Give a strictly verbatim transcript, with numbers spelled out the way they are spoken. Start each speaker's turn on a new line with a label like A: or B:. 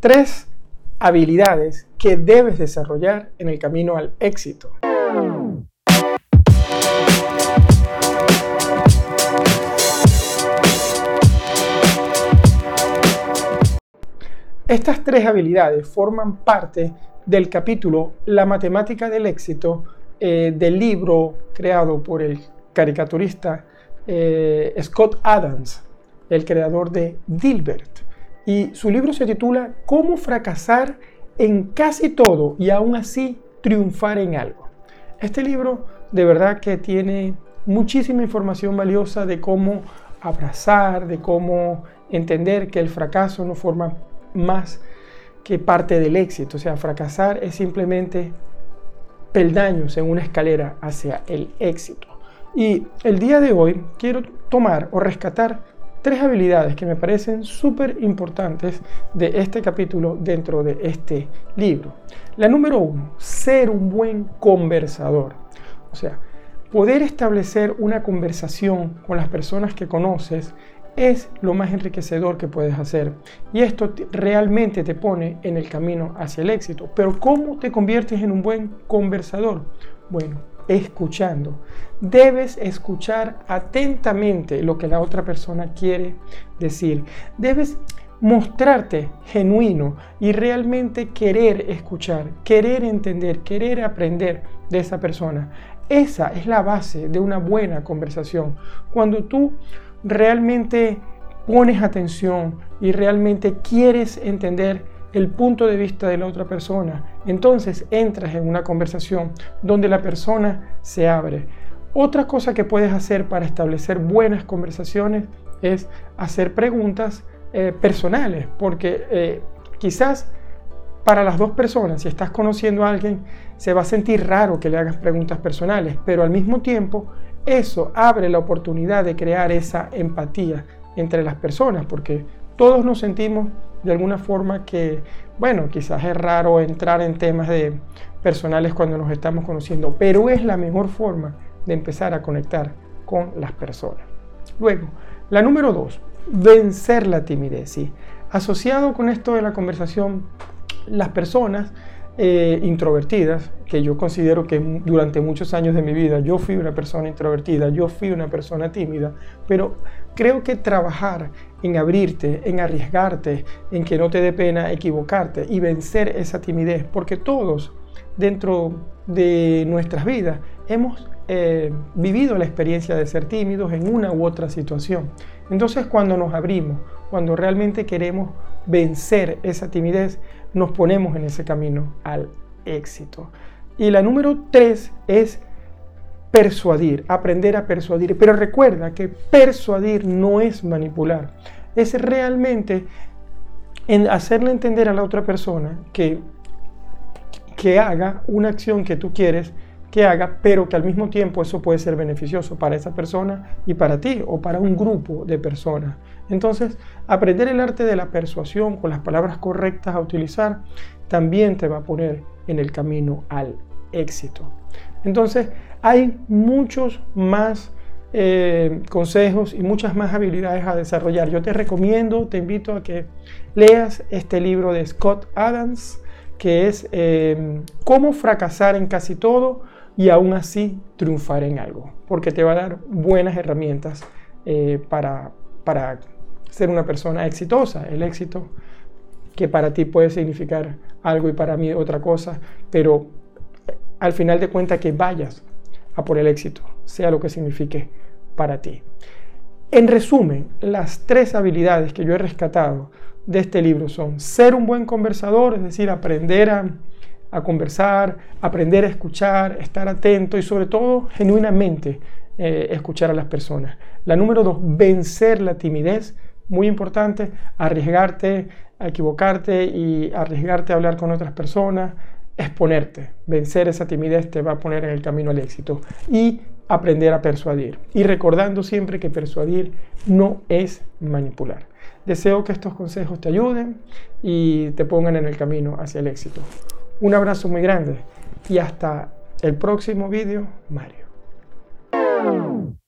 A: tres habilidades que debes desarrollar en el camino al éxito. Estas tres habilidades forman parte del capítulo La matemática del éxito eh, del libro creado por el caricaturista eh, Scott Adams, el creador de Dilbert. Y su libro se titula Cómo fracasar en casi todo y aún así triunfar en algo. Este libro de verdad que tiene muchísima información valiosa de cómo abrazar, de cómo entender que el fracaso no forma más que parte del éxito. O sea, fracasar es simplemente peldaños en una escalera hacia el éxito. Y el día de hoy quiero tomar o rescatar tres habilidades que me parecen súper importantes de este capítulo dentro de este libro. La número uno, ser un buen conversador. O sea, poder establecer una conversación con las personas que conoces es lo más enriquecedor que puedes hacer. Y esto realmente te pone en el camino hacia el éxito. Pero ¿cómo te conviertes en un buen conversador? Bueno, escuchando. Debes escuchar atentamente lo que la otra persona quiere decir. Debes mostrarte genuino y realmente querer escuchar, querer entender, querer aprender de esa persona. Esa es la base de una buena conversación. Cuando tú realmente pones atención y realmente quieres entender el punto de vista de la otra persona, entonces entras en una conversación donde la persona se abre. Otra cosa que puedes hacer para establecer buenas conversaciones es hacer preguntas eh, personales, porque eh, quizás para las dos personas, si estás conociendo a alguien, se va a sentir raro que le hagas preguntas personales, pero al mismo tiempo eso abre la oportunidad de crear esa empatía entre las personas, porque todos nos sentimos de alguna forma que, bueno, quizás es raro entrar en temas de personales cuando nos estamos conociendo, pero es la mejor forma de empezar a conectar con las personas. Luego, la número dos, vencer la timidez. ¿Sí? Asociado con esto de la conversación, las personas eh, introvertidas, que yo considero que durante muchos años de mi vida yo fui una persona introvertida, yo fui una persona tímida, pero creo que trabajar en abrirte, en arriesgarte, en que no te dé pena equivocarte y vencer esa timidez, porque todos dentro de nuestras vidas hemos eh, vivido la experiencia de ser tímidos en una u otra situación. Entonces, cuando nos abrimos, cuando realmente queremos vencer esa timidez, nos ponemos en ese camino al éxito. Y la número tres es persuadir, aprender a persuadir. Pero recuerda que persuadir no es manipular, es realmente en hacerle entender a la otra persona que, que haga una acción que tú quieres que haga, pero que al mismo tiempo eso puede ser beneficioso para esa persona y para ti o para un grupo de personas. Entonces, aprender el arte de la persuasión con las palabras correctas a utilizar también te va a poner en el camino al éxito. Entonces, hay muchos más eh, consejos y muchas más habilidades a desarrollar. Yo te recomiendo, te invito a que leas este libro de Scott Adams, que es eh, Cómo fracasar en casi todo y aún así triunfar en algo, porque te va a dar buenas herramientas eh, para, para ser una persona exitosa. El éxito que para ti puede significar algo y para mí otra cosa, pero al final de cuentas que vayas a por el éxito, sea lo que signifique para ti. En resumen, las tres habilidades que yo he rescatado de este libro son ser un buen conversador, es decir, aprender a a conversar, aprender a escuchar, estar atento y sobre todo genuinamente eh, escuchar a las personas. La número dos, vencer la timidez, muy importante, arriesgarte a equivocarte y arriesgarte a hablar con otras personas, exponerte, vencer esa timidez te va a poner en el camino al éxito y aprender a persuadir. Y recordando siempre que persuadir no es manipular. Deseo que estos consejos te ayuden y te pongan en el camino hacia el éxito. Un abrazo muy grande y hasta el próximo vídeo, Mario.